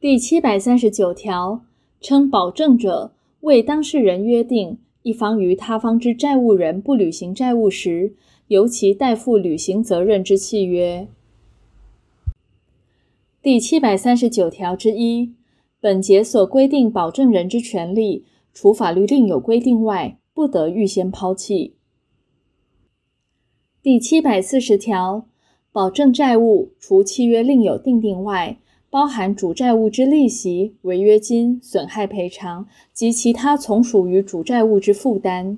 第739条，称保证者，为当事人约定一方于他方之债务人不履行债务时，由其代负履行责任之契约。第739条之一，本节所规定保证人之权利，除法律另有规定外，不得预先抛弃。第740条，保证债务除契约另有订定外，包含主债务之利息、违约金、损害赔偿及其他从属于主债务之负担。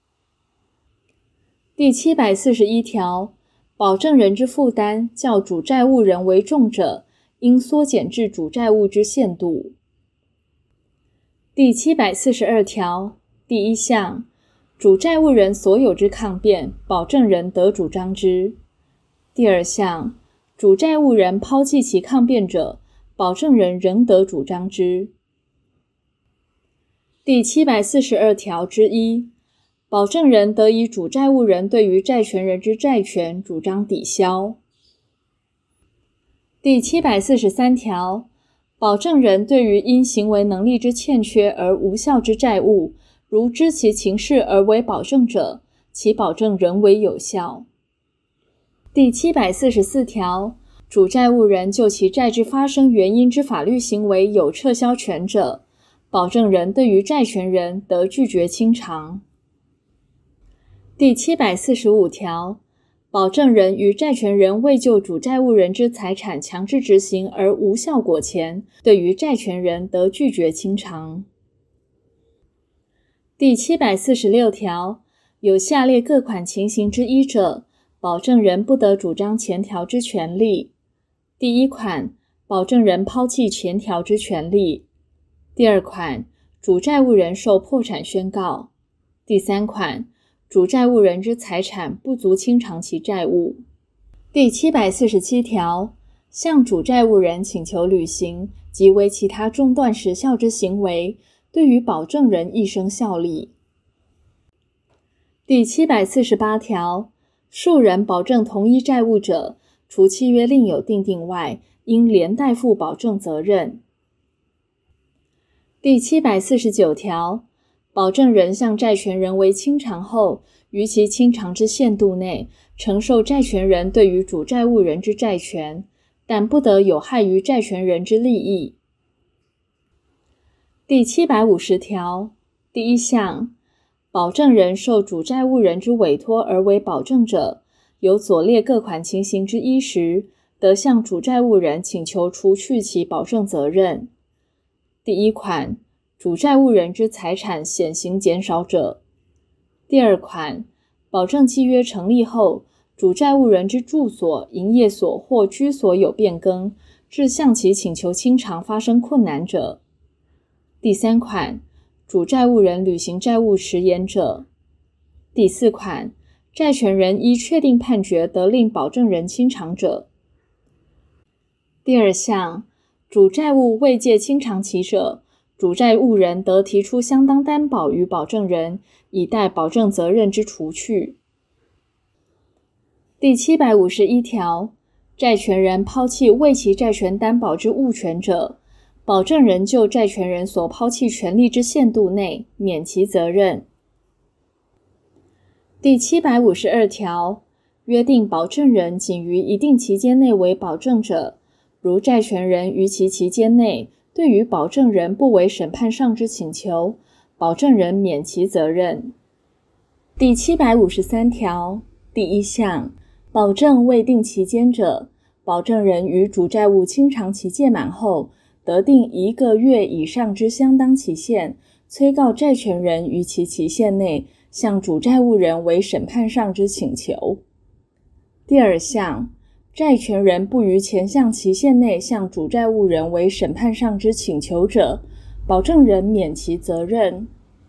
第741条，保证人之负担较主债务人为重者，应缩减至主债务之限度。第742条第一项，主债务人所有之抗辩，保证人得主张之。第二项，主债务人抛弃其抗辩者，保证人仍得主张之。第742条之一，保证人得以主债务人对于债权人之债权主张抵销。第743条，保证人对于因行为能力之欠缺而无效之债务，如知其情事而为保证者，其保证仍为有效。第744条，主债务人就其债之发生原因之法律行为有撤销权者，保证人对于债权人得拒绝清偿。第745条，保证人与债权人未就主债务人之财产强制执行而无效果前，对于债权人得拒绝清偿。第746条，有下列各款情形之一者，保证人不得主张前条之权利。第一款，保证人抛弃前条之权利。第二款，主债务人受破产宣告。第三款，主债务人之财产不足清偿其债务。第747条，向主债务人请求履行及为其他中断时效之行为，对于保证人一生效力。第748条，数人保证同一债务者，除契约另有订定外，应连带负保证责任。第749条，保证人向债权人为清偿后，于其清偿之限度内，承受债权人对于主债务人之债权，但不得有害于债权人之利益。第750条第一项，保证人受主债务人之委托而为保证者，有左列各款情形之一时，得向主债务人请求除去其保证责任。第一款，主债务人之财产显行减少者。第二款，保证契约成立后，主债务人之住所、营业所或居所有变更，致向其请求清偿发生困难者。第三款，主债务人履行债务迟延者。第四款，债权人依确定判决得令保证人清偿者。第二项，主债务未届清偿期者，主债务人得提出相当担保于保证人，以待保证责任之除去。第751条，债权人抛弃为其债权担保之物权者，保证人就债权人所抛弃权利之限度内，免其责任。第752条，约定保证人仅于一定期间内为保证者，如债权人于其期间内对于保证人不为审判上之请求，保证人免其责任。第753条第一项，保证未定期间者，保证人于主债务清偿期届满后，得定1个月以上之相当期限，催告债权人于其期限内向主债务人为审判上之请求。第二项，债权人不于前项期限内向主债务人为审判上之请求者，保证人免其责任。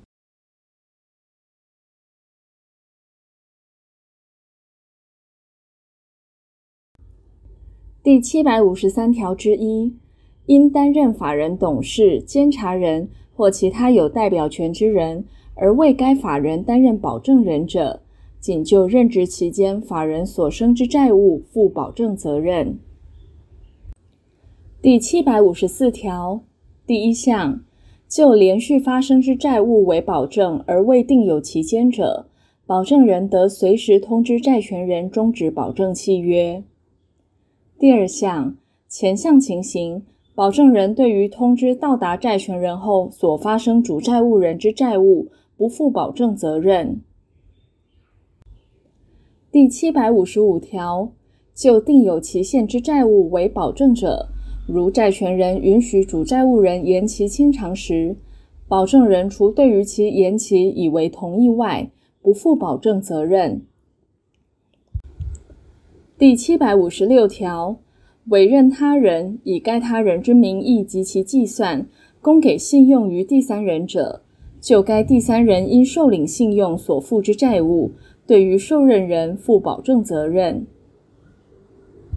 第753条之一，因担任法人董事、监察人或其他有代表权之人，而为该法人担任保证人者，仅就任职期间法人所生之债务负保证责任。 第754条第一项，就连续发生之债务为保证而未定有期间者，保证人得随时通知债权人终止保证契约。第二项，前项情形，保证人对于通知到达债权人后所发生主债务人之债务，不负保证责任。第755条，就定有期限之债务为保证者，如债权人允许主债务人延期清偿时，保证人除对于其延期以为同意外，不负保证责任。第756条，委任他人以该他人之名义及其计算，供给信用于第三人者，就该第三人因受领信用所负之债务，对于受任人负保证责任。